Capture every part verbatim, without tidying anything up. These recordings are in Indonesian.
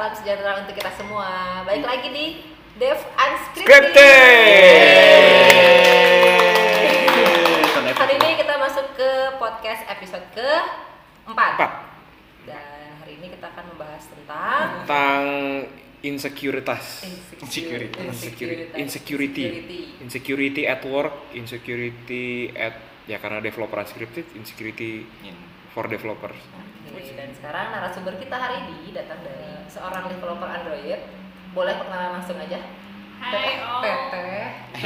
salam sejahtera untuk kita semua. Balik lagi di Dev Unscripted. Scripted. Hari ini kita masuk ke podcast episode keempat. Dan hari ini kita akan membahas tentang tentang insecurities. Insecurity. Insecurity. Insecurity. Insecurity at work, insecurity at ya karena developer unscripted, insecurity for developers. Oke, dan sekarang narasumber kita hari ini datang dari seorang developer Android. Boleh perkenalan langsung aja. Hai Om. Teteh.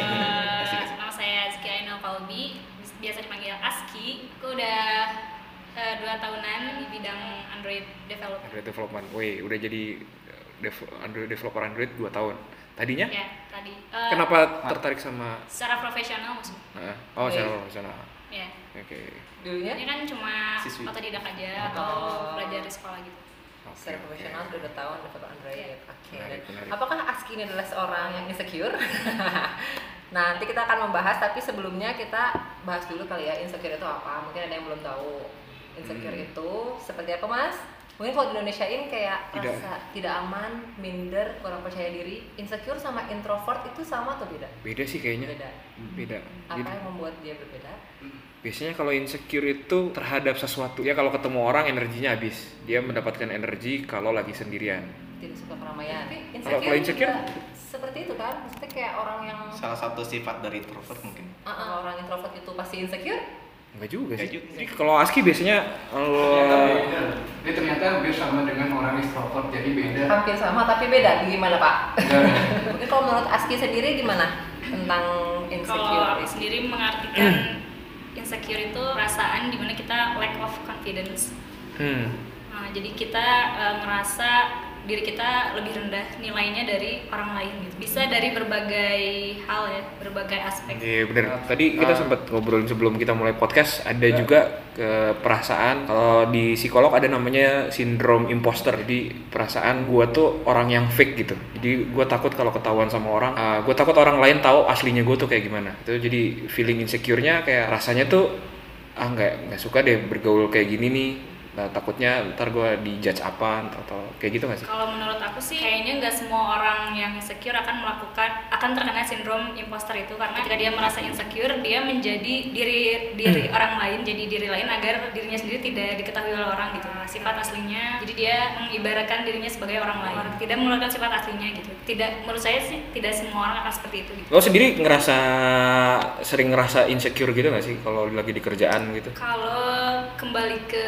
Uh, nama saya Azki Ainul Kalbi, biasa dipanggil Aski. Aku udah uh, dua tahunan di bidang Android development. Android development. Wih, udah jadi dev- Android developer Android dua tahun. Tadinya? Ya, tadi. Uh, Kenapa tertarik sama Secara profesional maksudnya. Nah, oh, Oke. secara profesional. Ya. Oke. Dulunya Ini kan cuma Siswi. otodidak Oh. aja atau belajar di sekolah gitu. Oke, secara oke. profesional sudah dua tahun developer Android. Oke. Menarik, Dan menarik. apakah Aski ini adalah seorang yang insecure? Nah, nanti kita akan membahas, tapi sebelumnya kita bahas dulu kali ya insecure itu apa. Mungkin ada yang belum tahu. Insecure Hmm. itu seperti apa, Mas? Mungkin kalau di Indonesiain kayak Tidak. rasa tidak aman, minder, kurang percaya diri. Insecure sama introvert itu sama atau beda? Beda sih kayaknya. Beda. Beda. Apa Jadi, yang membuat dia berbeda? biasanya kalau insecure itu terhadap sesuatu ya, kalau ketemu orang energinya habis, dia mendapatkan energi kalau lagi sendirian. Tidak suka keramaian. Tapi Kalau- kalau insecure? juga seperti itu kan? Maksudnya kayak orang yang Salah satu sifat dari introvert mungkin. uh, uh, orang introvert itu pasti insecure. Enggak juga Enggak sih. juga. Jadi kalau Aski biasanya kalau Ternyata beda. Dia ternyata hampir sama dengan orang extrovert, jadi beda. Hampir sama tapi beda. Gimana, Pak? Dan Mungkin kalau menurut Aski sendiri gimana tentang Kalau insecure? aku sendiri mengartikan insecure itu perasaan dimana kita lack of confidence. hmm, Nah, jadi kita uh, ngerasa diri kita lebih rendah nilainya dari orang lain gitu. Bisa dari berbagai hal ya, berbagai aspek. iya bener. Tadi kita Ah. sempat ngobrolin sebelum kita mulai podcast, ada juga ke perasaan kalau di psikolog ada namanya sindrom imposter. Jadi perasaan gua tuh orang yang fake gitu. Jadi gua takut kalau ketahuan sama orang, uh, gua takut orang lain tahu aslinya gua tuh kayak gimana. Itu jadi feeling insecure-nya kayak rasanya tuh ah nggak nggak suka deh bergaul kayak gini nih. Nah, takutnya ntar gue dijudge apa atau kayak gitu nggak sih? Kalau menurut aku sih kayaknya nggak semua orang yang insecure akan melakukan akan terkena sindrom imposter itu, karena ketika dia merasa insecure dia menjadi diri diri orang lain, jadi diri lain agar dirinya sendiri tidak diketahui oleh orang gitu. Sifat aslinya, jadi dia mengibaratkan dirinya sebagai orang lain, tidak mengeluarkan sifat aslinya gitu. Tidak, menurut saya sih tidak semua orang akan seperti itu gitu. Lo sendiri ngerasa sering ngerasa insecure gitu nggak sih kalau lagi di kerjaan gitu? Kalau kembali ke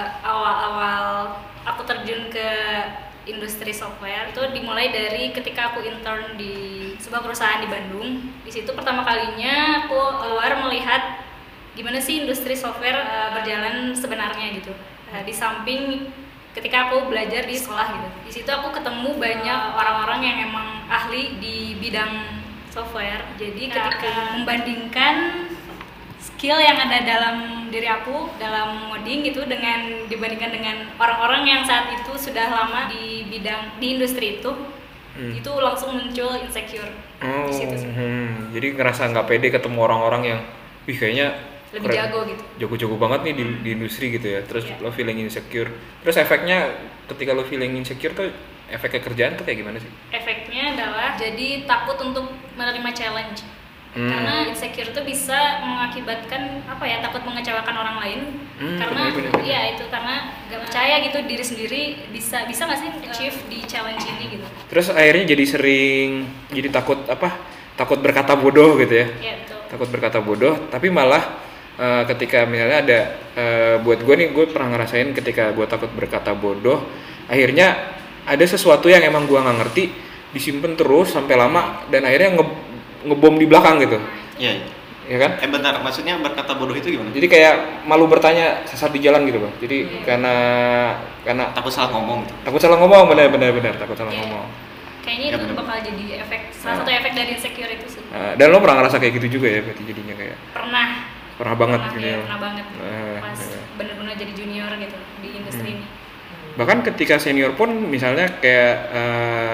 awal-awal aku terjun ke industri software itu dimulai dari ketika aku intern di sebuah perusahaan di Bandung. Di situ pertama kalinya aku keluar melihat gimana sih industri software uh, berjalan sebenarnya gitu. Uh, di samping ketika aku belajar di sekolah gitu. Di situ aku ketemu banyak orang-orang yang emang ahli di bidang software. Jadi ketika membandingkan skill yang ada dalam diri aku dalam ngoding gitu dengan dibandingkan dengan orang-orang yang saat itu sudah lama di bidang di industri itu, Hmm. itu langsung muncul insecure Oh, di situ sih. hmm. Jadi ngerasa nggak pede ketemu orang-orang yang, wih kayaknya Lebih keren, jago gitu. jago-jago banget nih di, di industri gitu ya. Terus Iya. lo feeling insecure. Terus efeknya ketika lo feeling insecure tuh efek ke kerjaan tuh kayak gimana sih? Efeknya adalah jadi takut untuk menerima challenge. Hmm. Karena insecure itu bisa mengakibatkan apa ya, takut mengecewakan orang lain. Hmm, Karena bener, bener, iya itu karena gak percaya gitu diri sendiri bisa bisa nggak sih achieve di challenge ini gitu. Terus akhirnya jadi sering jadi takut apa? Takut berkata bodoh gitu ya. Iya betul. Takut berkata bodoh, tapi malah uh, ketika misalnya ada uh, buat gue nih, gue pernah ngerasain ketika gue takut berkata bodoh, akhirnya ada sesuatu yang emang gue nggak ngerti disimpan terus sampai lama dan akhirnya nge ngebom di belakang gitu, Iya. ya kan? Eh bentar, maksudnya berkata bodoh itu gimana? Jadi kayak malu bertanya sesat di jalan gitu bang. Jadi Hmm. karena karena Takut salah ngomong gitu. takut salah ngomong, benar-benar benar takut salah Iya. ngomong. Kayaknya Ya, itu bener. bakal jadi efek salah Nah. satu efek dari insecure itu sih. Uh, dan lo pernah ngerasa kayak gitu juga ya, berarti jadinya kayak Pernah. pernah banget pernah, gitu ya, ya. pernah banget. Eh, Pas iya. bener-bener jadi junior gitu di industri Hmm. ini. Bahkan ketika senior pun misalnya kayak uh,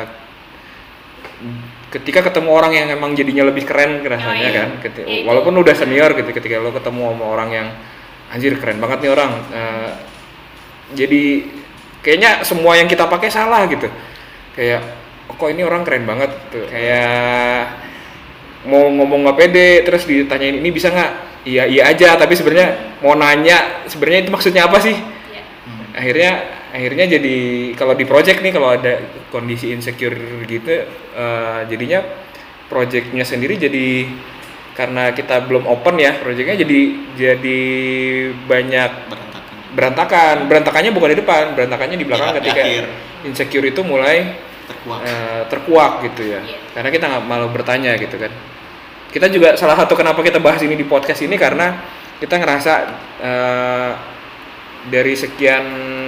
ketika ketemu orang yang emang jadinya lebih keren rasanya Oh, iya. kan, Keti- Ya, itu. walaupun udah senior gitu, ketika lo ketemu sama orang yang anjir keren banget nih orang, uh, jadi kayaknya semua yang kita pakai salah gitu. Kayak oh, kok ini orang keren banget gitu. Kayak mau ngomong nggak pede terus ditanyain ini bisa nggak? Iya iya aja, tapi sebenarnya mau nanya sebenarnya itu maksudnya apa sih? Ya. Akhirnya akhirnya jadi kalau di project nih kalau ada kondisi insecure gitu uh, jadinya projectnya sendiri jadi karena kita belum open ya projectnya jadi jadi banyak Berantakan. berantakan berantakannya bukan di depan berantakannya di belakang Di- di ketika akhir. insecure itu mulai Terkuak. uh, terkuak gitu ya Iya. karena kita nggak malu bertanya gitu kan kita juga salah satu kenapa kita bahas ini di podcast ini karena kita ngerasa uh, dari sekian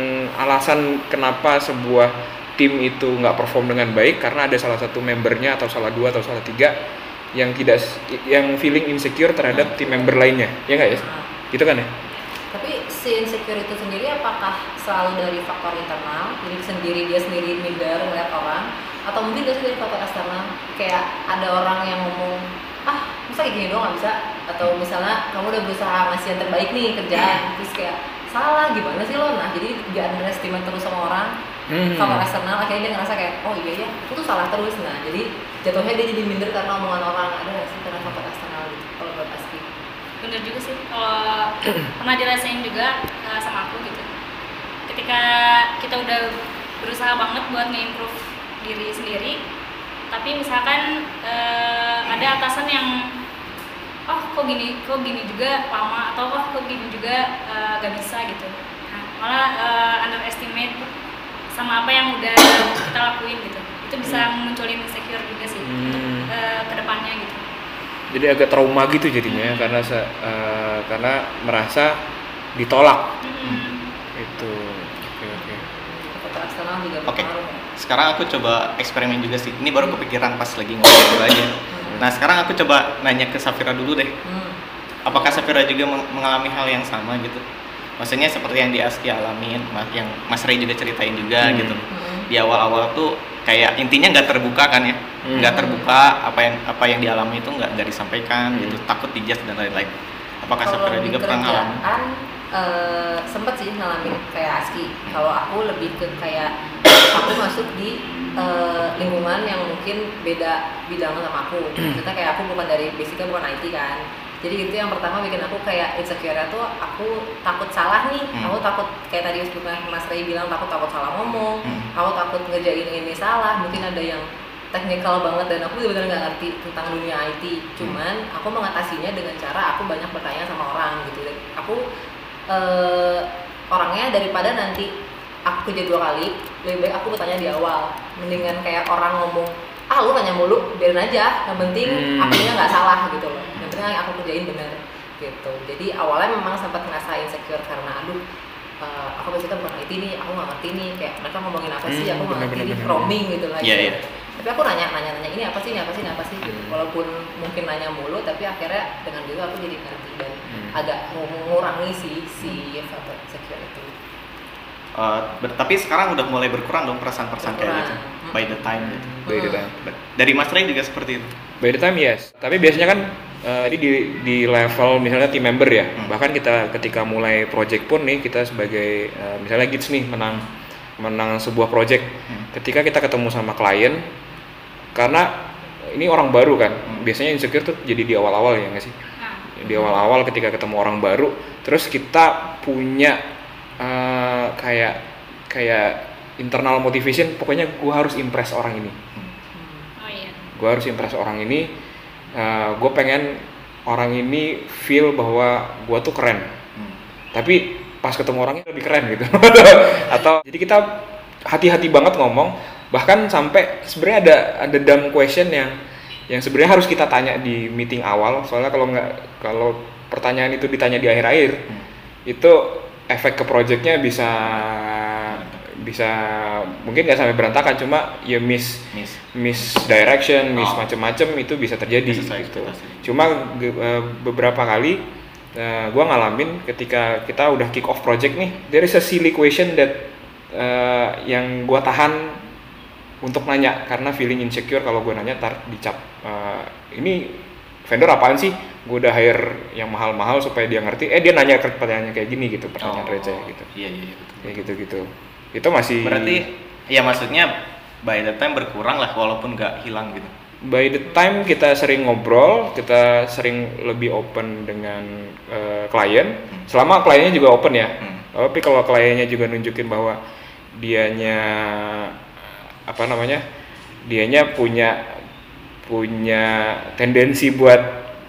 alasan kenapa sebuah tim itu nggak perform dengan baik karena ada salah satu membernya atau salah dua atau salah tiga yang tidak yang feeling insecure terhadap tim member lainnya ya nggak ya Nah, gitu kan ya tapi si insecure itu sendiri apakah selalu dari faktor internal, jadi sendiri dia sendiri minder melihat orang, atau mungkin dia sendiri faktor eksternal, kayak ada orang yang ngomong, ah masa kayak gini doang nggak bisa, atau misalnya kamu udah berusaha ngasih yang terbaik nih kerjaan, terus kayak salah gimana sih lo, nah jadi dia underestimate terus sama orang, Hmm. faktor eksternal, akhirnya dia ngerasa kayak, oh iya ya, aku tuh salah terus, nah jadi jatuhnya dia jadi minder karena omongan orang, ada nggak sih karena faktor eksternal gitu, kalau buat Aski? Bener juga sih, kalau pernah dirasain juga uh, sama aku gitu. Ketika kita udah berusaha banget buat nge-improve diri sendiri, tapi misalkan uh, ada atasan yang oh kok gini, kok gini juga lama, atau oh kok gini juga uh, gak bisa gitu. Nah, malah uh, underestimate sama apa yang udah kita lakuin gitu. Itu bisa munculin insecure juga sih Hmm. untuk uh, kedepannya gitu. jadi agak trauma gitu jadinya ya, karena se- uh, karena merasa ditolak Mm-mm. itu oke oke Faktor eksternal juga Oke. berpengaruh ya. Sekarang aku coba eksperimen juga sih. Ini baru kepikiran pas lagi ngobrol aja. Nah, sekarang aku coba nanya ke Safira dulu deh. Hmm. Apakah Safira juga meng- mengalami hal yang sama gitu? Maksudnya seperti yang di Aski alamin, ma- yang Mas Ray juga ceritain juga Hmm. gitu. Hmm. Di awal-awal tuh kayak intinya nggak terbuka kan ya, Hmm. nggak terbuka apa yang apa yang dialami itu nggak nggak disampaikan Hmm. gitu, takut dijudge dan lain-lain. Apakah Kalau Safira di juga pernah ngalamin? kerjaan, eh, sempet sih ngalamin kayak Aski. Kalau aku lebih ke kayak aku masuk di eh, lingkungan yang mungkin beda bidang sama aku. Maksudnya kayak aku bukan dari basicnya bukan I T kan. Jadi itu yang pertama bikin aku kayak insecure tuh aku takut salah nih. Hmm. Aku takut kayak tadi sebelumnya Mas Ray bilang takut takut salah ngomong. Hmm. Aku takut ngerjain ini salah. Mungkin ada yang teknikal banget dan aku benar-benar nggak ngerti tentang dunia I T. Cuman aku mengatasinya dengan cara aku banyak bertanya sama orang gitu. Dan aku eh, orangnya daripada nanti aku kerja dua kali, lebih baik aku bertanya di awal. Mendingan kayak orang ngomong, ah lu nanya mulu, biarin aja. Yang penting Hmm. akunya nggak salah gitu loh. Yang penting yang aku kerjain bener gitu. Jadi awalnya memang sempat ngerasa insecure karena aduh eh, aku basicnya bukan I T nih, aku nggak ngerti nih kayak mereka ngomongin apa sih, Hmm, aku nggak ngerti bener-bener, nih, bener-bener. roaming gitu lah. Iya, gitu. iya. Tapi aku nanya, nanya, nanya ini apa sih, ini apa sih, ini apa sih, gitu. Hmm. Walaupun mungkin nanya mulu, tapi akhirnya dengan gitu aku jadi ngerti dan Hmm. agak mengurangi sih si faktor insecure itu. Uh, ber- tapi sekarang udah mulai berkurang dong perasaan-perasaan kayak gitu Berkurang. by the time gitu. by the time Ba- Dari Mas Ray juga seperti itu. by the time yes tapi biasanya kan eh, ini di di level misalnya team member ya Hmm. bahkan kita ketika mulai project pun nih kita sebagai eh, misalnya Gits nih menang menang sebuah project Hmm. ketika kita ketemu sama klien karena ini orang baru kan Hmm. biasanya insecure tuh jadi di awal-awal ya nggak sih Nah, di awal-awal ketika ketemu orang baru terus kita punya eh, kayak kayak internal motivation pokoknya gua harus impress orang ini oh iya. gue harus impress orang ini gue pengen orang ini feel bahwa gue tuh keren Hmm. tapi pas ketemu orangnya lebih keren gitu atau jadi kita hati-hati banget ngomong bahkan sampai sebenarnya ada ada dumb question yang yang sebenarnya harus kita tanya di meeting awal soalnya kalau nggak kalau pertanyaan itu ditanya di akhir-akhir Hmm. itu efek ke projectnya bisa bisa mungkin nggak sampai berantakan cuma ya miss Miss. misdirection, miss Oh. macem-macem itu bisa terjadi Sesuai gitu. ekspektasi. Cuma ge- eh, beberapa kali eh, gua ngalamin ketika kita udah kick off project nih, there is a silly question that eh, yang gua tahan untuk nanya karena feeling insecure kalau gua nanya tar dicap eh, ini vendor apaan sih? Gua udah hire yang mahal-mahal supaya dia ngerti. Eh dia nanya pertanyaan kayak gini gitu, pertanyaan Oh, receh gitu. Iya iya iya betul. Kayak gitu-gitu. itu masih Berarti ya maksudnya by the time berkurang lah walaupun nggak hilang gitu. by the time kita sering ngobrol, kita sering lebih open dengan uh, klien, selama kliennya juga open ya. Hmm. Tapi kalau kliennya juga nunjukin bahwa dianya apa namanya, dianya punya punya tendensi buat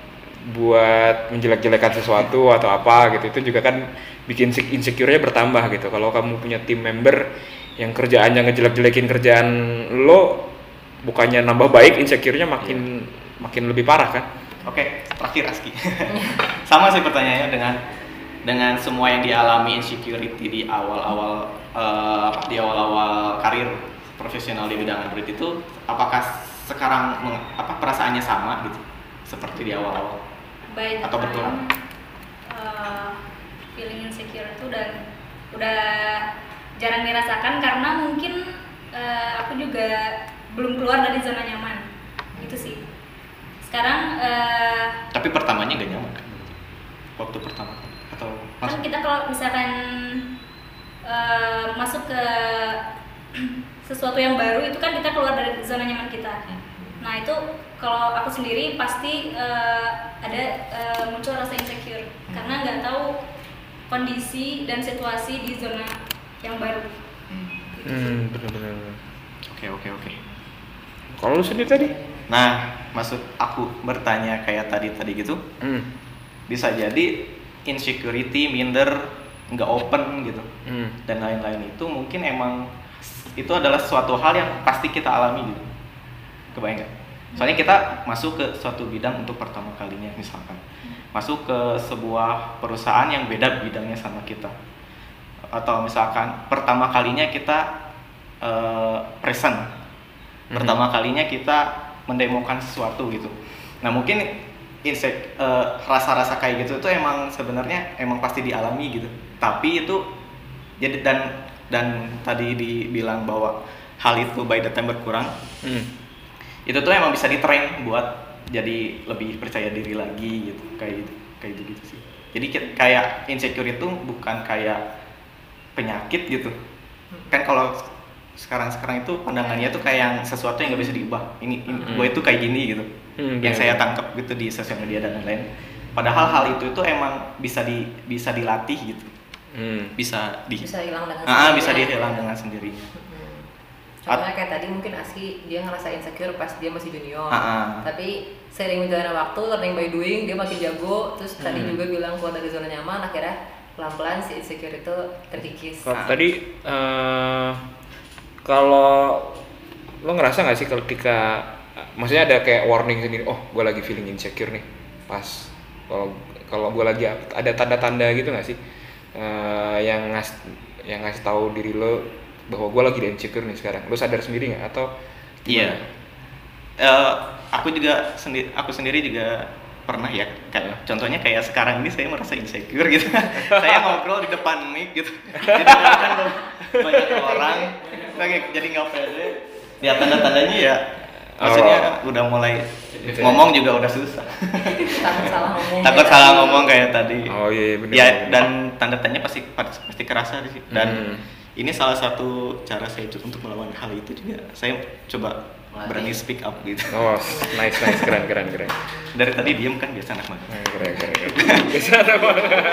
buat menjelek-jelekan sesuatu atau apa gitu, itu juga kan bikin insecure-nya bertambah gitu. Kalau kamu punya tim member yang kerjaannya ngejelek-jelekin kerjaan lo, bukannya nambah baik, insecure-nya makin yeah. makin lebih parah kan. Oke, terakhir Aski. Sama sih pertanyaannya dengan dengan semua yang dialami insecurity di awal-awal uh, di awal-awal karir profesional di bidang Android itu, apakah sekarang meng, apa perasaannya sama gitu seperti di awal-awal? By the atau time, berkurang? uh, feeling insecure itu udah udah jarang dirasakan karena mungkin uh, aku juga belum keluar dari zona nyaman, itu sih. Sekarang uh, tapi pertamanya gak nyaman kan? Waktu pertama atau kan masuk? kita kalau misalkan uh, masuk ke sesuatu yang baru itu kan kita keluar dari zona nyaman kita. Nah itu kalau aku sendiri pasti uh, ada uh, muncul rasa insecure karena nggak tahu kondisi dan situasi di zona yang baru. Hmm, benar-benar. Oke oke oke. Kalau lu sendiri tadi? Nah, maksud aku bertanya kayak tadi-tadi gitu, Hmm. bisa jadi insecurity, minder, nggak open gitu, Hmm. dan lain-lain itu mungkin emang itu adalah suatu hal yang pasti kita alami gitu. Kebayang nggak? Soalnya kita masuk ke suatu bidang untuk pertama kalinya, misalkan masuk ke sebuah perusahaan yang beda bidangnya sama kita, atau misalkan pertama kalinya kita uh, present, pertama kalinya kita mendemokan sesuatu gitu. Nah mungkin insek uh, rasa-rasa kayak gitu itu emang sebenarnya emang pasti dialami gitu. Tapi itu jadi dan dan tadi dibilang bahwa hal itu by the time berkurang. Hmm. Itu tuh emang bisa ditrain buat jadi lebih percaya diri lagi gitu, kayak gitu kayak gitu sih. Jadi kayak insecure itu bukan kayak penyakit gitu kan. Kalau sekarang-sekarang itu pandangannya tuh kayak yang sesuatu yang nggak bisa diubah. Ini, ini hmm. gue itu kayak gini gitu, hmm, yang bener. saya tangkap gitu di sosial media dan lain-lain. Padahal hal itu itu emang bisa di bisa dilatih gitu, Hmm. bisa di bisa hilang dengan ah, sendirinya. bisa dihilang dengan sendirinya. Hmm. Contohnya kayak tadi mungkin Aski dia ngerasa insecure pas dia masih junior, Ah, ah. tapi sering berjalannya waktu, learning by doing, dia makin jago. Terus tadi Hmm. juga bilang keluar dari zona nyaman, akhirnya pelan-pelan si insecure itu terkikis. Kalau tadi uh, kalau lo ngerasa nggak sih ketika maksudnya ada kayak warning sendiri, oh gue lagi feeling insecure nih pas kalau kalau gue lagi ada tanda-tanda gitu nggak sih uh, yang ngas yang ngasih tahu diri lo bahwa gue lagi insecure nih sekarang, lo sadar sendiri nggak atau Iya. Uh, aku juga sendiri, aku sendiri juga pernah ya. Kayak, contohnya kayak sekarang ini saya merasa insecure gitu. Saya ngobrol di depan mic gitu. Di depan banyak orang, kayak jadi nggak pede. Ya tanda-tandanya ya. Maksudnya Oh. udah mulai ngomong juga udah susah. Takut salah ngomong. Takut ya. salah ngomong kayak tadi. Oh iya benar. Ya dan tanda-tandanya pasti pasti kerasa sih. Dan Hmm. ini salah satu cara saya untuk melawan hal itu juga. Saya coba berani speak up gitu. Oh nice nice keren keren keren. Dari tadi diem kan biasa anak banget. Nah, keren keren keren. Bisa apa?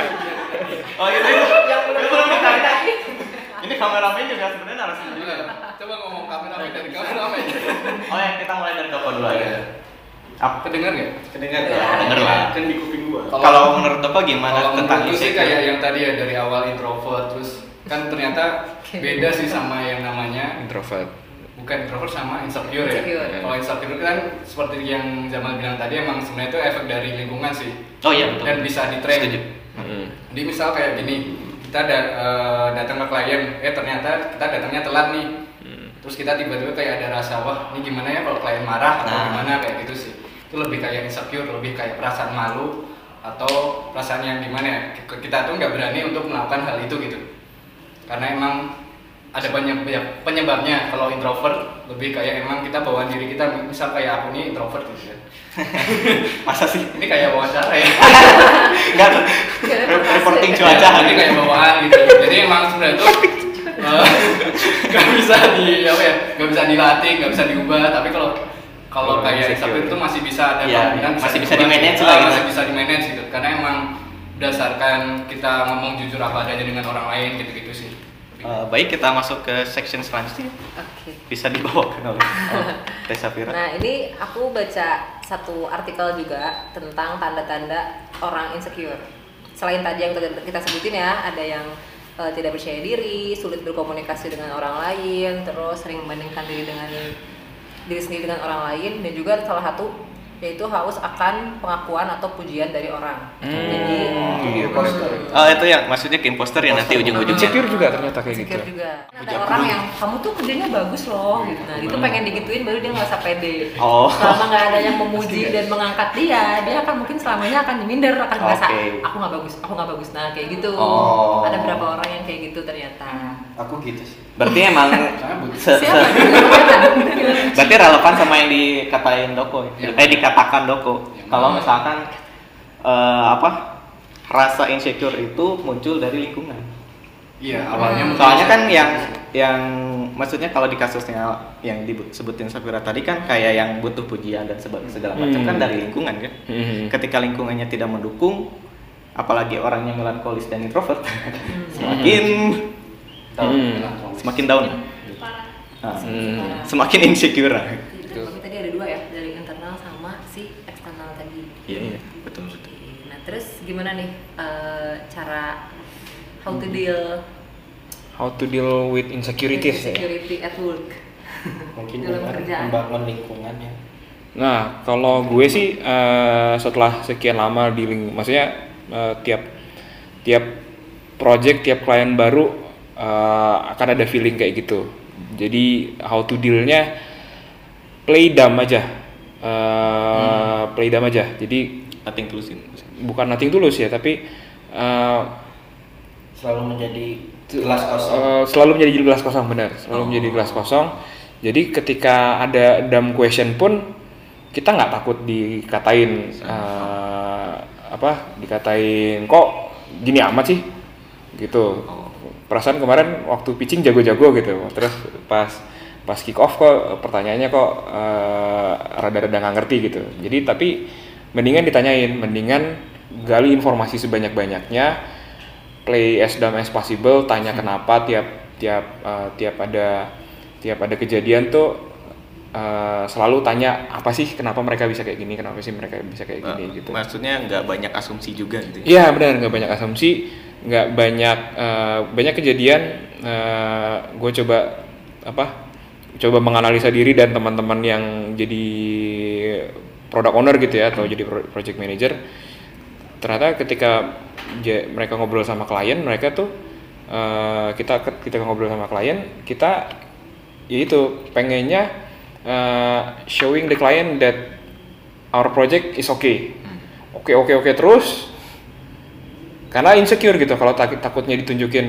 Oh ini Yang belum belum ditanya. lagi. Ini kameramen juga sebenarnya narasumber juga. Coba ngomong kameramen dari kameramen. Oh ya kita mulai dari Doko dulu aja. Apa? Kedengar nggak? Kedengar ya? Kedengar lah. Kan di kuping gua. Kalau menurut Doko gimana Kalau tentang menurut sih insecure? kayak yang tadi ya dari awal introvert, terus kan ternyata beda sih sama yang namanya Introvert. bukan introvert sama insecure ya. Insecure. Kalau insecure kan seperti yang Jamal bilang tadi emang sebenarnya itu efek dari lingkungan sih. Oh iya betul. Dan bisa di-train. Setuju. Hmm. Jadi misal kayak gini, kita da uh, datang ke klien, eh ternyata kita datangnya telat nih. Hmm. Terus kita tiba-tiba kayak ada rasa, wah ini gimana ya kalau klien marah atau Nah. gimana kayak gitu sih. Itu lebih kayak insecure, lebih kayak perasaan malu atau perasaan yang gimana ya, kita tuh nggak berani untuk melakukan hal itu gitu. Karena emang ada banyak banyak penyebabnya. Kalau introvert lebih kayak emang kita bawaan diri kita, misal kayak aku nih introvert gitu kan. Masa sih? Ini kayak wawancara ya. Enggak. Reporting cuaca Ini kayak bawaan gitu. Jadi emang sebenarnya itu nggak bisa di apa ya nggak bisa dilatih nggak bisa diubah tapi kalau kalau Oh, kayak insecure. insecure itu masih bisa ada Iya, kemungkinan masih bisa diubah. di-manage Ah, lah gitu. masih bisa di manage gitu karena emang berdasarkan kita ngomong jujur apa adanya dengan orang lain gitu-gitu sih. Eh, baik, kita masuk ke section selanjutnya. Oke. Bisa dibawakan oleh oh, Teh Safira. Nah ini aku baca satu artikel juga tentang tanda-tanda orang insecure. Selain tadi yang tadi kita sebutin ya, ada yang eh, tidak percaya diri, sulit berkomunikasi dengan orang lain, terus sering membandingkan diri dengan diri sendiri dengan orang lain, dan juga salah satu yaitu haus akan pengakuan atau pujian dari orang. Jadi Iya, Oh, itu yang maksudnya ke imposter ya nanti ujung-ujungnya. insecure juga ternyata kayak gitu. insecure juga. Ada orang yang kamu tuh kerjanya bagus loh, gitu. Nah itu pengen digituin baru dia ngerasa pede. Oh. Selama nggak ada yang memuji dan mengangkat dia, dia akan mungkin selamanya akan minder, akan merasa Oke. aku nggak bagus, aku nggak bagus. Nah kayak gitu. Oh. Ada beberapa orang yang kayak gitu ternyata. Aku gitu sih. Berarti emang se- se- Siapa? berarti relevan sama yang dikatain Doko. Ya. Eh dikatakan Doko. Ya. Kalau misalkan eh, apa? Rasa insecure itu muncul dari lingkungan. Iya awalnya mungkin Soalnya kan saya- yang yang maksudnya kalau di kasusnya yang disebutin Safira tadi kan kayak yang butuh pujian dan seba- segala macam Hmm. kan dari lingkungan kan. Hmm. Ketika lingkungannya tidak mendukung, apalagi orangnya melankolis dan introvert, semakin Hmm. semakin down, Parah. Nah, Hmm. semakin insecure. Tapi tadi ada dua ya, dari internal sama si eksternal tadi. Iya, iya, betul betul. Oke, nah terus gimana nih eh, cara how to deal How to deal with insecurities ya. security at work? Mungkin Dalam dengan kerjaan. membangun lingkungan ya. Nah, kalau gue sih eh, setelah sekian lama di ling- maksudnya eh, tiap tiap project, tiap klien baru eh, akan ada feeling kayak gitu. Jadi how to deal-nya play dumb aja. Eh, play dumb aja. Jadi Nothing tulusin. bukan nothing tulus ya, tapi eh, Selalu menjadi gelas kosong. Eh, selalu menjadi gelas kosong, benar, selalu menjadi gelas kosong. Jadi ketika ada dumb question pun kita nggak takut dikatain eh, apa dikatain kok gini amat sih gitu. Perasaan kemarin waktu pitching jago-jago gitu, terus pas pas kick off kok pertanyaannya kok eh, rada-rada nggak ngerti gitu. Jadi tapi mendingan ditanyain, mendingan gali informasi sebanyak-banyaknya, play as dumb as possible, tanya kenapa tiap tiap eh, tiap ada tiap ada kejadian tuh eh, selalu tanya apa sih kenapa mereka bisa kayak gini, kenapa sih mereka bisa kayak gini Eh, gitu. Maksudnya nggak banyak asumsi juga gitu. ya? Iya benar, nggak banyak asumsi, nggak banyak eh, banyak kejadian. Gue coba apa? Coba menganalisa diri dan teman-teman yang jadi product owner gitu ya atau jadi pro- project manager. Ternyata ketika ja- mereka ngobrol sama klien, mereka tuh eh, kita kita ngobrol sama klien, kita ya itu pengennya eh, showing the client that our project is okay. Oke oke oke terus. Karena insecure gitu kalau tak- takutnya ditunjukin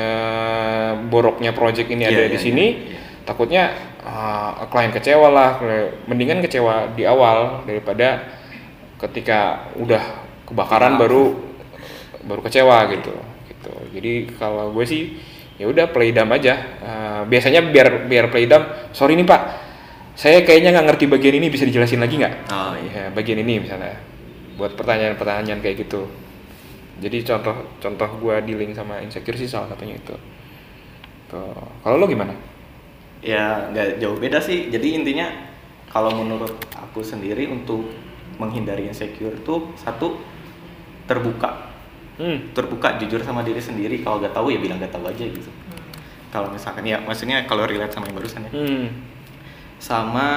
eh, boroknya project ini Iya, ada iya, di sini, iya. takutnya takutnya klien kecewa lah. Mendingan kecewa di awal daripada ketika udah kebakaran baru baru kecewa gitu. Gitu. Jadi kalau gue sih ya udah play dumb aja. Eh, biasanya biar biar play dumb. Sorry nih Pak, saya kayaknya nggak ngerti bagian ini, bisa dijelasin lagi nggak? Oh iya. Ya, bagian ini misalnya buat pertanyaan-pertanyaan kayak gitu. Jadi contoh contoh gue dealing sama insecure sih salah satunya itu. Tuh. Kalau lo gimana? Ya nggak jauh beda sih. Jadi intinya kalau menurut aku sendiri untuk menghindari insecure tuh satu terbuka, Hmm. terbuka jujur sama diri sendiri. Kalau nggak tahu ya bilang nggak tahu aja gitu. Kalau misalkan ya maksudnya kalau relate sama yang barusan ya. Hmm. Sama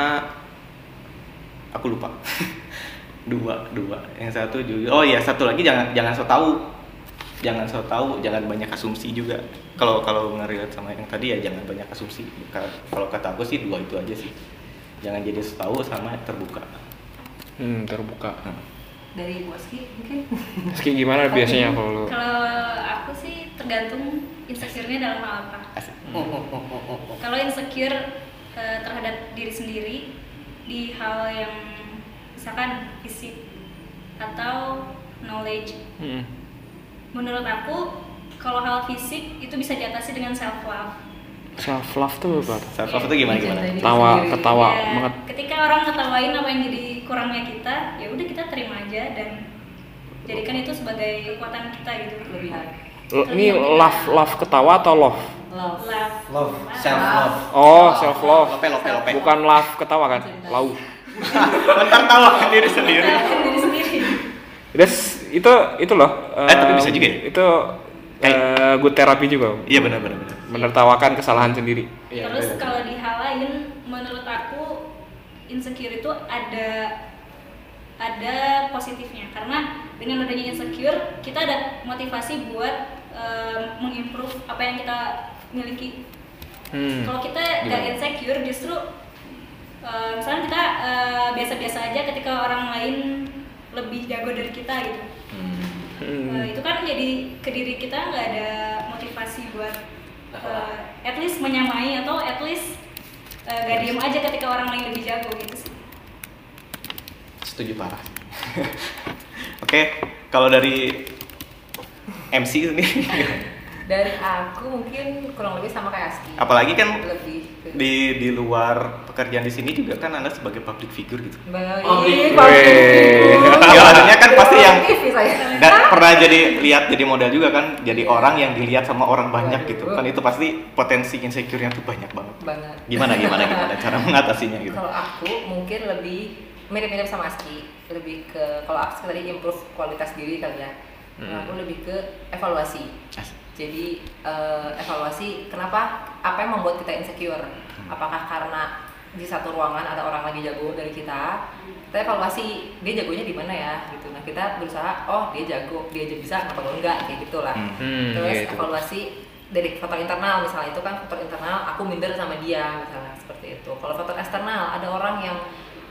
aku lupa. dua dua yang satu jujur. Oh iya satu lagi jangan jangan so tahu. Jangan so tahu, jangan banyak asumsi juga. Kalau kalau ngerelate sama yang tadi ya jangan banyak asumsi. Ka- Kalau kata aku sih dua itu aja sih. Jangan jadi so tahu sama terbuka. Hmm, terbuka. Dari Bu Aski mungkin. Meski gimana biasanya kalau lo? Kalau aku sih tergantung insecure-nya dalam hal apa. Asik. Kalau insecure eh, terhadap diri sendiri di hal yang misalkan fisik atau knowledge, Hmm. menurut aku kalau hal fisik itu bisa diatasi dengan self love. Self love tuh apa? Self love itu gimana gimana? Mencintai diri Ketawa, sendiri. ketawa Ya, banget. ketika orang ngetawain apa yang jadi kurangnya kita, ya udah kita terima aja dan jadikan itu sebagai kekuatan kita gitu. Kelebihan. L- Ini love love ketawa atau love? Love. Love. Love, self love. Oh, self love. Lope lope lope. Bukan love ketawa kan? Lau. Bentar tawa diri sendiri. Mencintai diri sendiri. Terus itu itu loh. Eh, tapi bisa em, juga ya? Itu eh, good therapy juga. Iya benar benar benar. Menertawakan kesalahan sendiri. Terus kalau di hal lain, menurut aku insecure itu ada ada positifnya karena dengan adanya insecure kita ada motivasi buat um, mengimprove apa yang kita miliki. Hmm. Kalau kita nggak Gimana? insecure justru uh, misalnya kita uh, biasa-biasa aja ketika orang lain lebih jago dari kita gitu. Hmm. Uh, itu kan jadi ke diri kita nggak ada motivasi buat uh, at least menyamai atau at least uh, gak diem aja ketika orang lain lebih jago gitu sih. Setuju parah. Oke, kalau dari M C sendiri, Dari aku mungkin kurang lebih sama kayak Aski. apalagi kan Lebih ke di di luar pekerjaan di sini juga kan Anda sebagai public figure gitu. Baik, Public. public Weh. figure. Ya maksudnya kan pasti yang T V saya. dan pernah jadi lihat jadi model juga kan, jadi orang yang dilihat sama orang banyak gitu kan, itu pasti potensi insecure-nya tuh banyak banget. Banget. Gimana gimana gimana cara mengatasinya gitu? Kalau aku mungkin lebih mirip-mirip sama Aski, lebih ke kalau Aski tadi improve kualitas diri kali ya. Kalau aku lebih ke evaluasi. Jadi eh, evaluasi kenapa apa yang membuat kita insecure? Apakah karena di satu ruangan ada orang lagi jago dari kita? Kita evaluasi dia jagonya di mana ya gitu. Nah, kita berusaha oh dia jago, dia aja bisa kenapa gue enggak kayak gitulah. Hmm, Terus iya itu. evaluasi dari faktor internal misalnya itu kan faktor internal aku minder sama dia misalnya seperti itu. Kalau faktor eksternal ada orang yang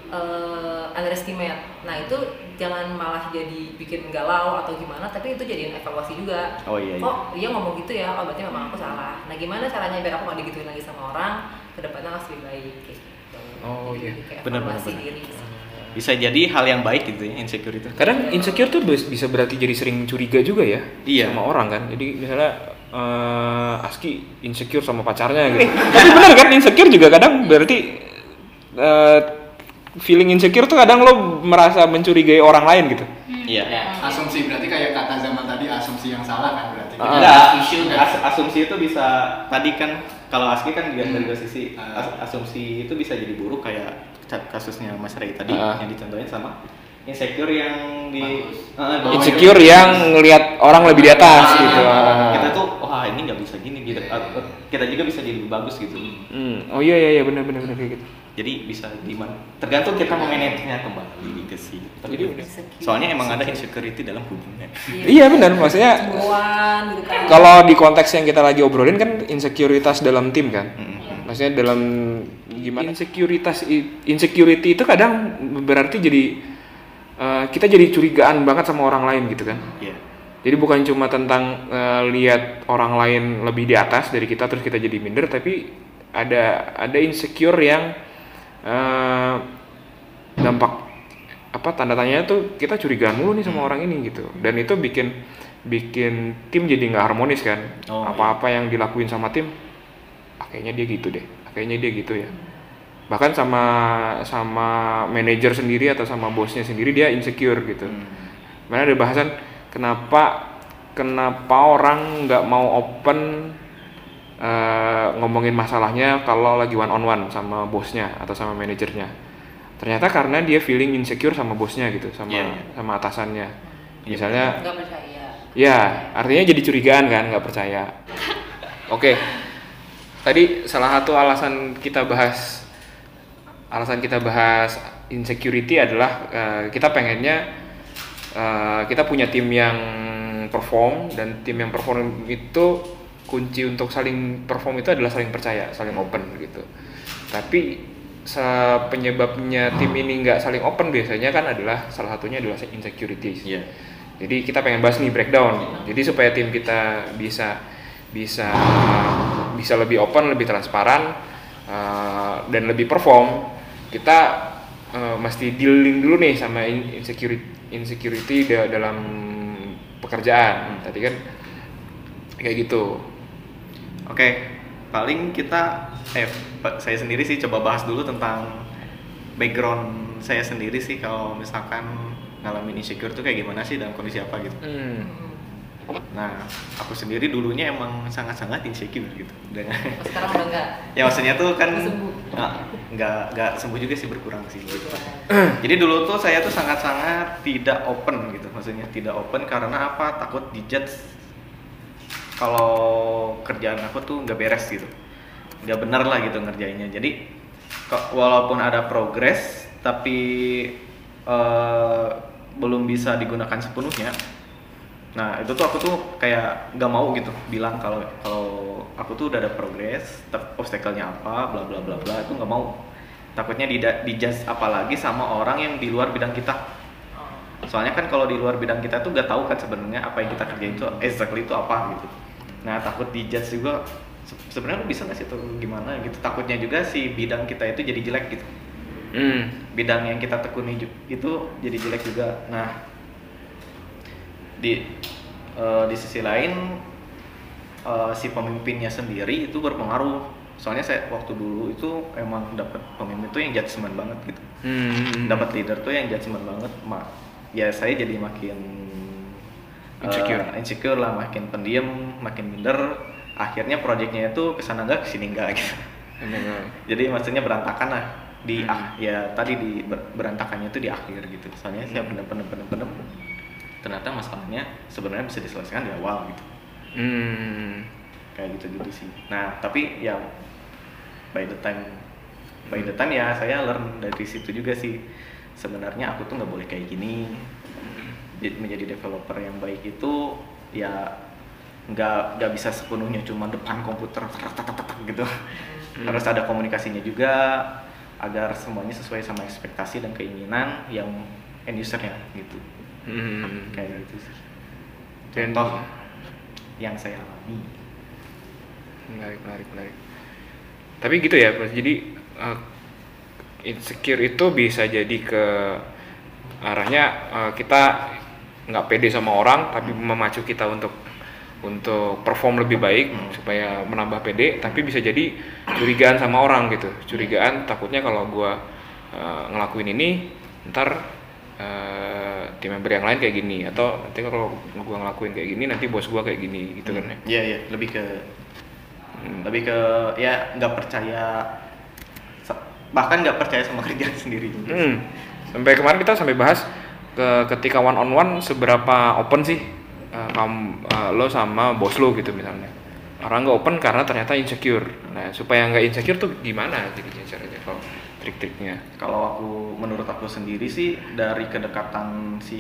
uh, underestimate. Nah itu jangan malah jadi bikin galau atau gimana, tapi itu jadiin evaluasi juga. Oh iya, iya. Kok dia ngomong gitu ya? Oh berarti memang aku salah. Nah gimana caranya biar aku nggak digituin lagi sama orang? Kedepannya harus lebih baik. Kayak gitu. Oh, Jadi iya. kayak Benar, evaluasi benar, benar. diri. Bisa jadi hal yang baik gitu ya, insecure itu. Kadang insecure tuh bis- bisa berarti jadi sering curiga juga ya Iya. sama orang kan. Jadi misalnya eh, Aski insecure sama pacarnya gitu. Tapi benar kan insecure juga kadang berarti eh, feeling insecure tuh kadang lo merasa mencurigai orang lain gitu. Iya. Asumsi berarti kayak kata zaman tadi asumsi yang salah kan berarti. Ah. Enggak, as- asumsi itu bisa tadi kan kalau Aski kan juga Hmm. dari dua sisi. Ah. As- asumsi itu bisa jadi buruk kayak ca- kasusnya Mas Ray tadi Ah. yang dicontohin sama insecure yang di Bagus. Ah, bahwa Insecure yang ngelihat orang lebih di atas Ah, gitu. Ah. kita tuh wah ini nggak bisa gini gitu. Ah, kita juga bisa jadi lebih bagus gitu. Hmm. Oh iya iya iya benar benar benar kayak gitu. Jadi bisa gimana? Tergantung kita memanagenya kembali ke situ. Tapi Jadi Insecure. soalnya emang ada insecurity dalam hubungan. Iya benar, maksudnya Cemburuan gitu kan. kalau di konteks yang kita lagi obrolin kan insekuritas dalam tim kan. Mm-mm. Maksudnya dalam gimana insekuritas insecurity itu kadang berarti jadi eh, kita jadi curigaan banget sama orang lain gitu kan. Iya. Jadi bukan cuma tentang eh, lihat orang lain lebih di atas dari kita terus kita jadi minder, tapi ada ada insecure yang eh, dampak apa tanda tanya tuh kita curigaan mulu nih sama orang ini gitu, dan itu bikin bikin tim jadi nggak harmonis kan. Oh, Apa-apa yang dilakuin sama tim ah, kayaknya dia gitu deh, ah, kayaknya dia gitu ya. Bahkan sama sama manajer sendiri atau sama bosnya sendiri dia insecure gitu. Hmm. Mana ada bahasan kenapa kenapa orang nggak mau open eh, ngomongin masalahnya kalau lagi one on one sama bosnya atau sama manajernya. Ternyata karena dia feeling insecure sama bosnya gitu, sama Iya, iya. sama atasannya. Misalnya Nggak percaya. ya, artinya jadi curigaan kan, nggak percaya. Oke, tadi salah satu alasan kita bahas, alasan kita bahas insecurity adalah eh, kita pengennya eh, kita punya tim yang perform, dan tim yang perform itu kunci untuk saling perform itu adalah saling percaya, saling open gitu. Tapi se- penyebabnya tim ini nggak saling open biasanya kan adalah salah satunya adalah insecurities. Iya. Jadi kita pengen bahas nih breakdown. Jadi supaya tim kita bisa bisa bisa lebih open, lebih transparan uh, dan lebih perform, kita uh, mesti dealing dulu nih sama in- insecurity insecurity da- dalam pekerjaan. Tadi kan kayak gitu. Oke, paling kita eh Pak, saya sendiri sih coba bahas dulu tentang background saya sendiri sih kalau misalkan ngalamin insecure tuh kayak gimana sih, dalam kondisi apa gitu. Hmm. Nah, aku sendiri dulunya emang sangat-sangat insecure gitu. Dengan Oh, sekarang udah enggak. ya maksudnya tuh kan Udah sembuh. nggak nggak nggak sembuh juga sih, berkurang sih gitu. Jadi dulu tuh saya tuh sangat-sangat tidak open gitu, maksudnya tidak open karena apa? Takut dijudge kalau kerjaan aku tuh nggak beres gitu, nggak benar lah gitu ngerjainnya. Jadi kok walaupun ada progres tapi eh, belum bisa digunakan sepenuhnya. Nah itu tuh aku tuh kayak nggak mau gitu bilang kalau kalau aku tuh udah ada progres, tapi obstacle-nya apa, bla bla bla bla, itu nggak mau. Takutnya dida- dijudge apalagi sama orang yang di luar bidang kita. Soalnya kan kalau di luar bidang kita tuh nggak tahu kan sebenarnya apa yang kita kerjain itu exactly itu apa gitu. Nah takut dijudge juga, se- sebenarnya lu bisa nggak sih atau gimana gitu. Takutnya juga si bidang kita itu jadi jelek gitu. Hmm. Bidang yang kita tekuni ju- itu jadi jelek juga. Nah di uh, di sisi lain uh, si pemimpinnya sendiri itu berpengaruh. Soalnya saya waktu dulu itu emang dapat pemimpin tuh yang judgement banget gitu. Hmm. Dapat leader tuh yang judgement banget. Ma ya saya jadi makin uh, Insecure. insecure lah, makin pendiam, makin minder. Akhirnya proyeknya itu kesana enggak kesini enggak gitu. Jadi maksudnya berantakan lah di Hmm. ah, ya tadi di ber- berantakannya itu di akhir gitu. Soalnya saya bener-bener bener-bener ternyata masalahnya sebenarnya bisa diselesaikan di awal gitu. Hmm. Kayak gitu-gitu sih. Nah, tapi ya by the time by the time ya saya learn dari situ juga sih. Sebenarnya aku tuh nggak boleh kayak gini. Jadi menjadi developer yang baik itu ya nggak nggak bisa sepenuhnya cuma depan komputer tak-tak-tak gitu. Harus ada komunikasinya juga agar semuanya sesuai sama ekspektasi dan keinginan yang end usernya gitu. Hmm. Kayak gitu sih. Dan- Contoh yang saya alami. Menarik, menarik, menarik. Tapi gitu ya, Mas. Jadi uh, insecure itu bisa jadi ke arahnya uh, kita nggak pede sama orang, tapi memacu kita untuk untuk perform lebih baik Hmm. supaya menambah pede. Tapi bisa jadi curigaan sama orang gitu. Curigaan takutnya kalau gua uh, ngelakuin ini, ntar uh, tim member yang lain kayak gini, atau nanti kalau gua ngelakuin kayak gini nanti bos gua kayak gini gitu kan ya. Iya iya, lebih ke Hmm. lebih ke ya nggak percaya, bahkan nggak percaya sama kerjaan sendiri juga. Hmm. Sampai kemarin kita sampai bahas ke ketika one on one seberapa open sih uh, kamu uh, lo sama bos lo gitu misalnya. Orang nggak open karena ternyata insecure. Nah supaya nggak insecure tuh gimana jadinya caranya kalau trik-triknya? Kalau aku menurut aku sendiri sih dari kedekatan si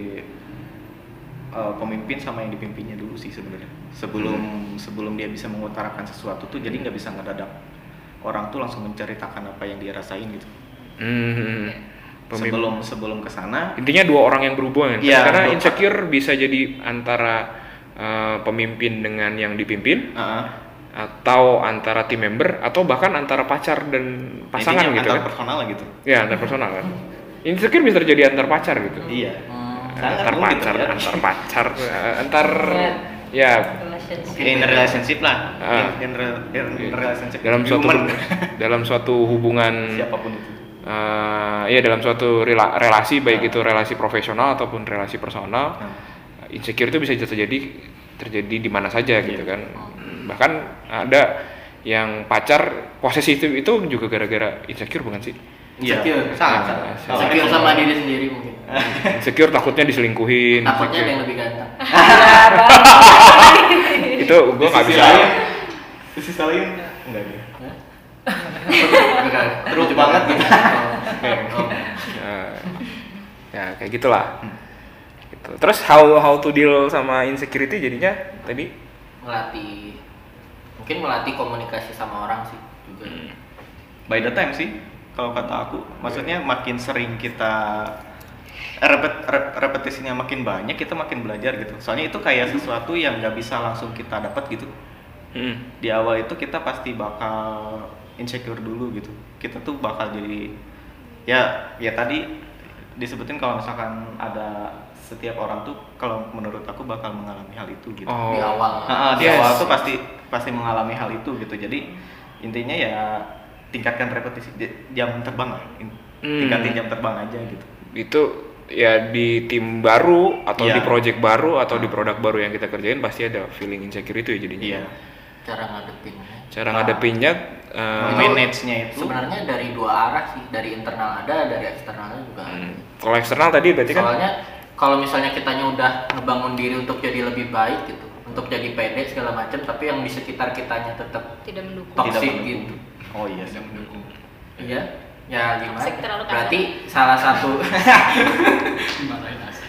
uh, pemimpin sama yang dipimpinnya dulu sih sebenarnya. Sebelum Hmm. sebelum dia bisa mengutarakan sesuatu tuh jadi nggak bisa ngedadak orang tuh langsung menceritakan apa yang dia rasain gitu. Hmm. Pemimpin- Sebelum sebelum kesana Intinya dua orang yang berhubungan. Iya, Karena dua- insecure bisa jadi antara uh, pemimpin dengan yang dipimpin, uh, atau antara tim member, atau bahkan antara pacar dan pasangan intinya gitu antar kan. personal lah gitu. Ya, antar personal kan. Insecure bisa terjadi antar pacar gitu. Iya. Hmm. Sangat Antar mungkin pacar, terjadi. antar pacar, eh, antar ya Relationship. In a relationship lah. Ah. In, in, re- in relationship. dalam suatu human. dalam suatu hubungan Siapapun itu. eh, ya dalam suatu rela- relasi baik Ah. itu relasi profesional ataupun relasi personal. Nah, Insecure itu bisa terjadi terjadi di mana saja gitu Iya. kan. Bahkan ada yang pacar posesif itu itu juga gara-gara insecure bukan sih? Iya. Insecure. Sangat. Ah, sangat. sangat. Insecure sama diri sendiri mungkin. Insecure takutnya diselingkuhin. Takutnya ada insecure. yang lebih ganteng. Itu gue nggak bisa. Di sisi lain enggak gitu. Enggak. Terus banget gitu. Oh. Nah, ya kayak gitulah. Gitu. Terus how how to deal sama insecurity jadinya tadi? Melatih. Mungkin melatih komunikasi sama orang sih juga. By the time sih kalau kata aku, maksudnya makin sering kita repet, re- repetisinya makin banyak, kita makin belajar gitu. Soalnya itu kayak sesuatu yang nggak bisa langsung kita dapat gitu. Hmm. Di awal itu kita pasti bakal insecure dulu gitu. Kita tuh bakal jadi ya ya tadi disebutin kalau misalkan ada setiap orang tuh kalau menurut aku bakal mengalami hal itu gitu. Oh. Di awal. Nah, di Yes. awal tuh pasti pasti mengalami hal itu gitu. Jadi intinya ya tingkatkan repetisi J- jam terbang lah. In- Hmm. Tingkatin jam terbang aja gitu. Itu ya di tim baru atau Iya. di project baru atau di produk baru yang kita kerjain pasti ada feeling insecure itu ya jadinya. Iya. Cara ngadepinnya. Cara Ah. ngadepinnya eh, Manage-nya itu Sebenarnya dari dua arah sih, dari internal ada, dari eksternalnya juga ada. hmm, kalau eksternal tadi berarti kan Soalnya kalau misalnya kitanya udah ngebangun diri untuk jadi lebih baik gitu, untuk jadi pede segala macam, tapi yang di sekitar kitanya tetap Tidak mendukung. toxic Tidak mendukung. gitu. Oh iya sih. Tidak mendukung. Iya. Ya gimana? Toxic terlalu kasar. Berarti salah satu Dimarahin asli.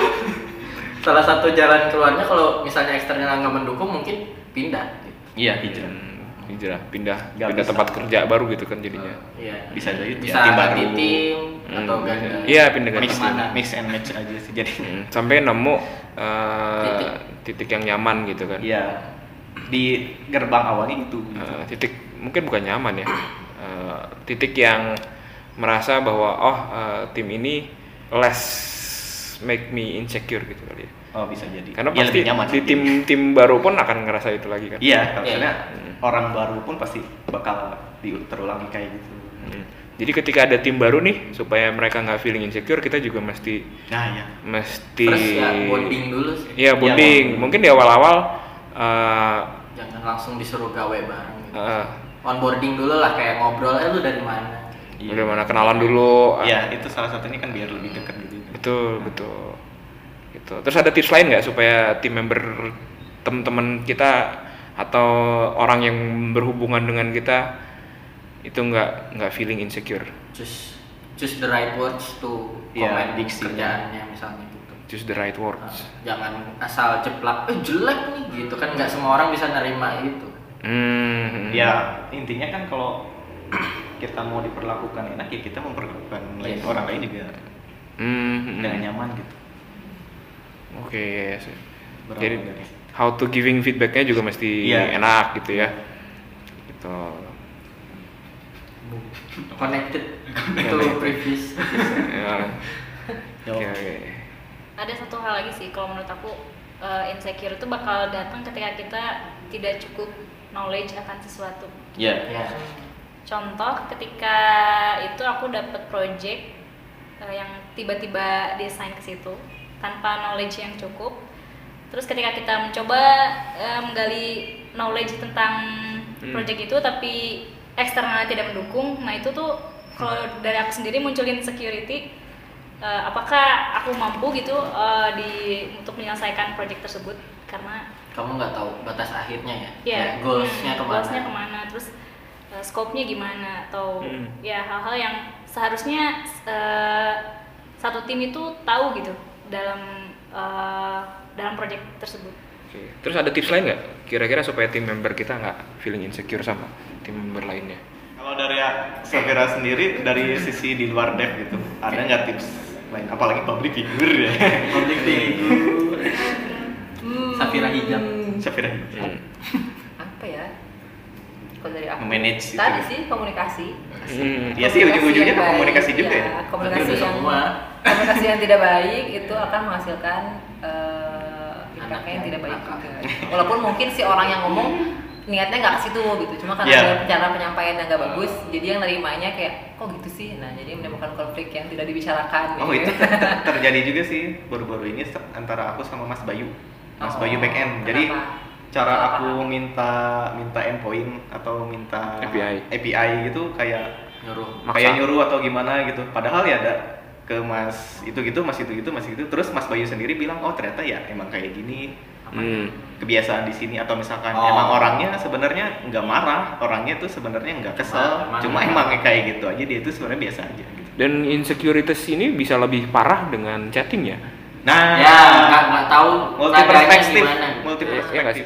salah satu jalan keluarnya kalau misalnya eksternal nggak mendukung mungkin pindah. Gitu. Iya hijrah. hmm, hijrah pindah Nggak pindah bisa. tempat kerja baru gitu kan jadinya. Iya. Bisa jadi Bisa ya, tim baru. ganti tim Hmm, atau ganti. iya, pindah ganti Mix, tim. mix and match aja sih jadi. Hmm, sampai nemu eh, Titik. titik yang nyaman gitu kan. Iya. Di gerbang awalnya itu. gitu. Eh, titik mungkin bukan nyaman ya. Eh, titik yang merasa bahwa oh eh, tim ini less make me insecure gitu kali ya. Oh bisa jadi. Karena Iya, pasti lebih nyaman di sih. tim tim baru pun akan ngerasa itu lagi kan. Iya, kalau Iya, misalnya iya. orang baru pun pasti bakal di- terulangi kayak gitu. Hmm. Jadi ketika ada tim baru nih supaya mereka nggak feeling insecure kita juga mesti Nah ya. mesti Terus ya bonding dulu sih. Iya bonding. bonding. Mungkin di awal-awal eh, Jangan langsung disuruh gawe bareng gitu. eh, Onboarding dulu lah, kayak ngobrol, eh lu dari mana? udah mana kenalan dulu. Iya, itu salah satunya kan biar lebih dekat gitu. Betul, betul. Gitu. Terus ada tips lain nggak supaya tim member teman-teman kita atau orang yang berhubungan dengan kita itu nggak nggak feeling insecure? Choose choose the right words to Iya, comment diksinya. kerjaannya misalnya gitu. Choose the right Nah, words. jangan asal jeplak, eh jelek nih gitu kan, nggak semua orang bisa nerima itu. Hmm. Ya, intinya kan kalau kita mau diperlakukan enak ya kita memperlakukan lain Yes. orang lain juga Hmm. dengan nyaman gitu. Oke. yes. Berawal Jadi dari- how to giving feedbacknya juga mesti Iya. enak gitu ya. Gitu. Connected to previous. Ya. Yo. Oke, oke. Ada satu hal lagi sih, kalau menurut aku eh, insecure itu bakal datang ketika kita tidak cukup knowledge akan sesuatu. Ya. Ya. Contoh ketika itu aku dapat project eh, yang tiba-tiba desain ke situ tanpa knowledge yang cukup. Terus ketika kita mencoba eh, menggali knowledge tentang Hmm. project itu tapi eksternalnya tidak mendukung, nah itu tuh kalau dari aku sendiri munculin insecurity. Eh, apakah aku mampu gitu eh, di untuk menyelesaikan project tersebut karena Kamu nggak tahu batas akhirnya ya. ya Kayak goalsnya hmm, kemana. goalsnya kemana, terus uh, scope-nya gimana, atau Hmm. ya hal-hal yang seharusnya uh, satu tim itu tahu gitu dalam uh, dalam project tersebut. Oke. Terus ada tips lain nggak? Kira-kira supaya tim member kita nggak feeling insecure sama tim member lainnya? Kalau dari Safira sendiri dari sisi di luar dev gitu, ada nggak tips lain? Apalagi public figure ya. Public figure. Safira hijab. Safira. Hmm. Apa ya? Kalau dari aku Manage itu tadi ya. sih komunikasi. Hmm. Iya sih, ujung-ujungnya yang baik, komunikasi juga iya, ya. Komunikasi Itu yang semua. komunikasi yang tidak baik itu akan menghasilkan eh, impact-nya yang yang tidak baik nakal. juga. Walaupun mungkin si orang yang ngomong niatnya nggak ke situ gitu, cuma karena Iya. ada cara penyampaian yang nggak bagus, jadi yang nerimanya kayak kok gitu sih. Nah, jadi menimbulkan konflik yang tidak dibicarakan. Oh gitu. itu ter- terjadi juga sih baru-baru ini se- antara aku sama Mas Bayu. Mas Oh, Bayu backend. Jadi kenapa? cara Salah aku paham. minta minta endpoint atau minta A P I. A P I gitu kayak Nyuruh. Maksa. kayak nyuruh atau gimana gitu. Padahal ya ada ke Mas itu gitu, Mas itu gitu, Mas itu. Terus Mas Bayu sendiri bilang, "Oh, ternyata ya emang kayak gini." Hmm. Kebiasaan di sini atau misalkan Oh. emang orangnya sebenarnya nggak marah, orangnya tuh sebenarnya nggak kesel, Emang- cuma emang kayak gitu aja, dia itu sebenarnya biasa aja gitu. Dan insecurities ini bisa lebih parah dengan chatting ya? Nah, Ya, nggak nggak tahu multi nadanya perspektif, gimana. multi Iya, iya nggak perspektif.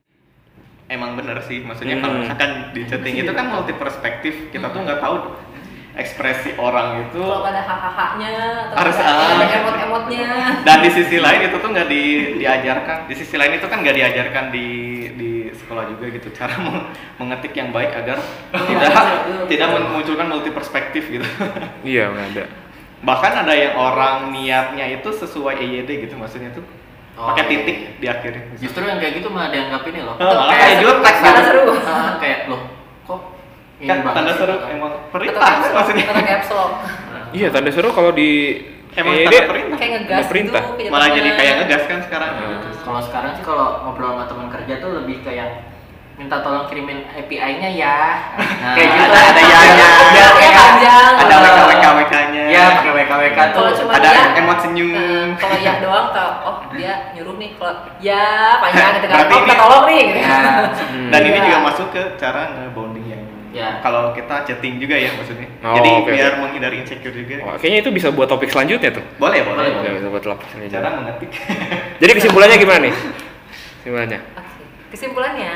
Emang bener sih, maksudnya Hmm. kalau misalkan di chatting itu kan multi perspektif, kita tuh nggak tahu ekspresi orang itu. Kalau ada hahaha-nya atau Harus, ada, ah. ada emot-emotnya. Dan di sisi lain itu tuh nggak di, diajarkan. Di sisi lain itu kan nggak diajarkan di di sekolah juga gitu, cara meng- mengetik yang baik agar tidak tidak memunculkan multi perspektif gitu. Iya nggak ada. Bahkan ada yang orang niatnya itu sesuai E Y D gitu, maksudnya tuh Oh, pakai iya. titik di akhirnya. Justru yang kayak gitu malah dianggap ini loh. Oh, malah kayak jual teks Tanda seru. Ah, kayak loh, kok ini kan banget tanda sih, seru gitu. emang Atau perintah caps lock, maksudnya. atau caps lock. Iya, tanda seru kalau di Emang E Y D tanda perintah. Kayak ngegas perintah. gitu. ke Malah jatuhnya. jadi kayak ngegas kan sekarang. Hmm. Kalau sekarang sih kalau ngobrol sama teman kerja tuh lebih kayak minta tolong kirimin A P I-nya ya. Nah, Kayak gitu, ada ada ada ya-nya. ya, Ya, kayak panjang. Ada W K W K W K-nya. Ya, pakai W K W K tuh. Kalau cuma ada dia, emot senyum. Nah, kalau ya doang tau, oh dia nyuruh nih, kalau ya panjang gitu kan, Berarti oh kita ini- tolong nih gitu. Ya. Dan ini Iya. juga masuk ke cara nge-bonding yang Ya. kalau kita chatting juga ya maksudnya. Oh, Jadi oke, biar oke. menghindari insecure juga. Oh, kayaknya itu bisa buat topik selanjutnya tuh. Boleh, boleh. Boleh, Bisa bisa buat topik selanjutnya. Cara mengetik. Jadi kesimpulannya gimana nih? Kesimpulannya? Oke. Kesimpulannya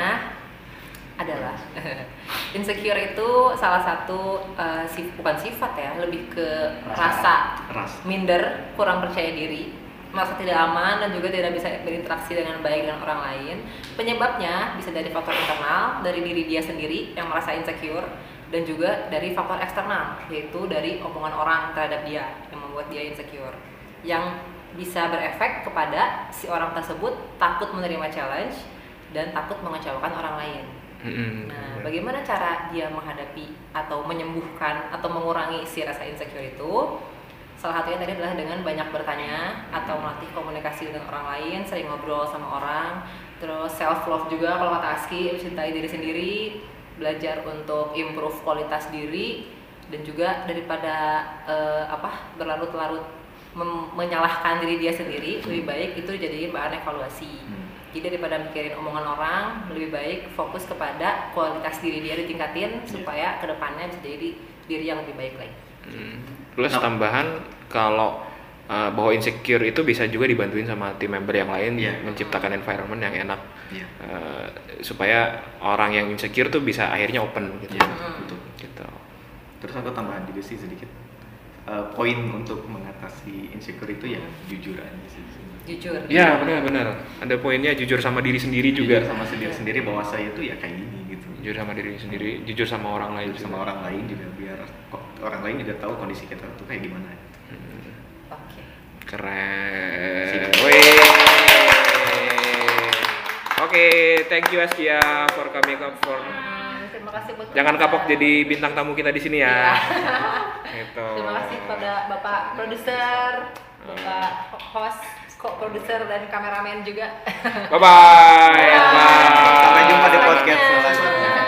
adalah insecure itu salah satu uh, sif- bukan sifat ya, lebih ke rasa Ras. minder, kurang percaya diri, merasa tidak aman dan juga tidak bisa berinteraksi dengan baik dengan orang lain. Penyebabnya bisa dari faktor internal, dari diri dia sendiri yang merasa insecure, dan juga dari faktor eksternal, yaitu dari omongan orang terhadap dia yang membuat dia insecure, yang bisa berefek kepada si orang tersebut takut menerima challenge dan takut mengecewakan orang lain. Mm-mm. Nah, bagaimana cara dia menghadapi atau menyembuhkan atau mengurangi si rasa insecure itu? Salah satunya tadi adalah dengan banyak bertanya atau melatih komunikasi dengan orang lain, sering ngobrol sama orang, terus self love juga kalau kata Aski, mencintai diri sendiri, belajar untuk improve kualitas diri, dan juga daripada eh, apa berlarut-larut mem- menyalahkan diri dia sendiri, lebih baik itu dijadiin bahan evaluasi. Jadi daripada mikirin omongan orang, lebih baik fokus kepada kualitas diri dia ditingkatin supaya kedepannya bisa jadi diri yang lebih baik lagi. Hmm. Plus tambahan kalau uh, bahwa insecure itu bisa juga dibantuin sama tim member yang lain Iya. menciptakan environment yang enak Iya. uh, supaya orang yang insecure tuh bisa akhirnya open gitu. Iya, Hmm. betul. Gitu. Terus aku tambahan juga sih sedikit. Eh, poin untuk mengatasi insecure itu ya jujur aja sih. Jujur. Ya benar-benar. Ada poinnya jujur sama diri sendiri juga. Jujur sama sendiri sendiri bahwa saya itu ya kayak gini gitu. Jujur sama diri sendiri, jujur sama orang lain Jujur sama juga. orang lain juga biar kok orang lain juga tahu kondisi kita tuh kayak gimana. Hmm. Oke. Keren. Siap. Wih. Oke, thank you Askia for coming up for. Hmm, terima kasih buat Jangan kapok jadi bintang tamu kita di sini ya. Iya. Gitu. Terima kasih kepada Bapak produser, Bapak host, co-producer dan kameramen juga. Bye bye. Bye. Sampai jumpa di Selanjutnya. podcast selanjutnya.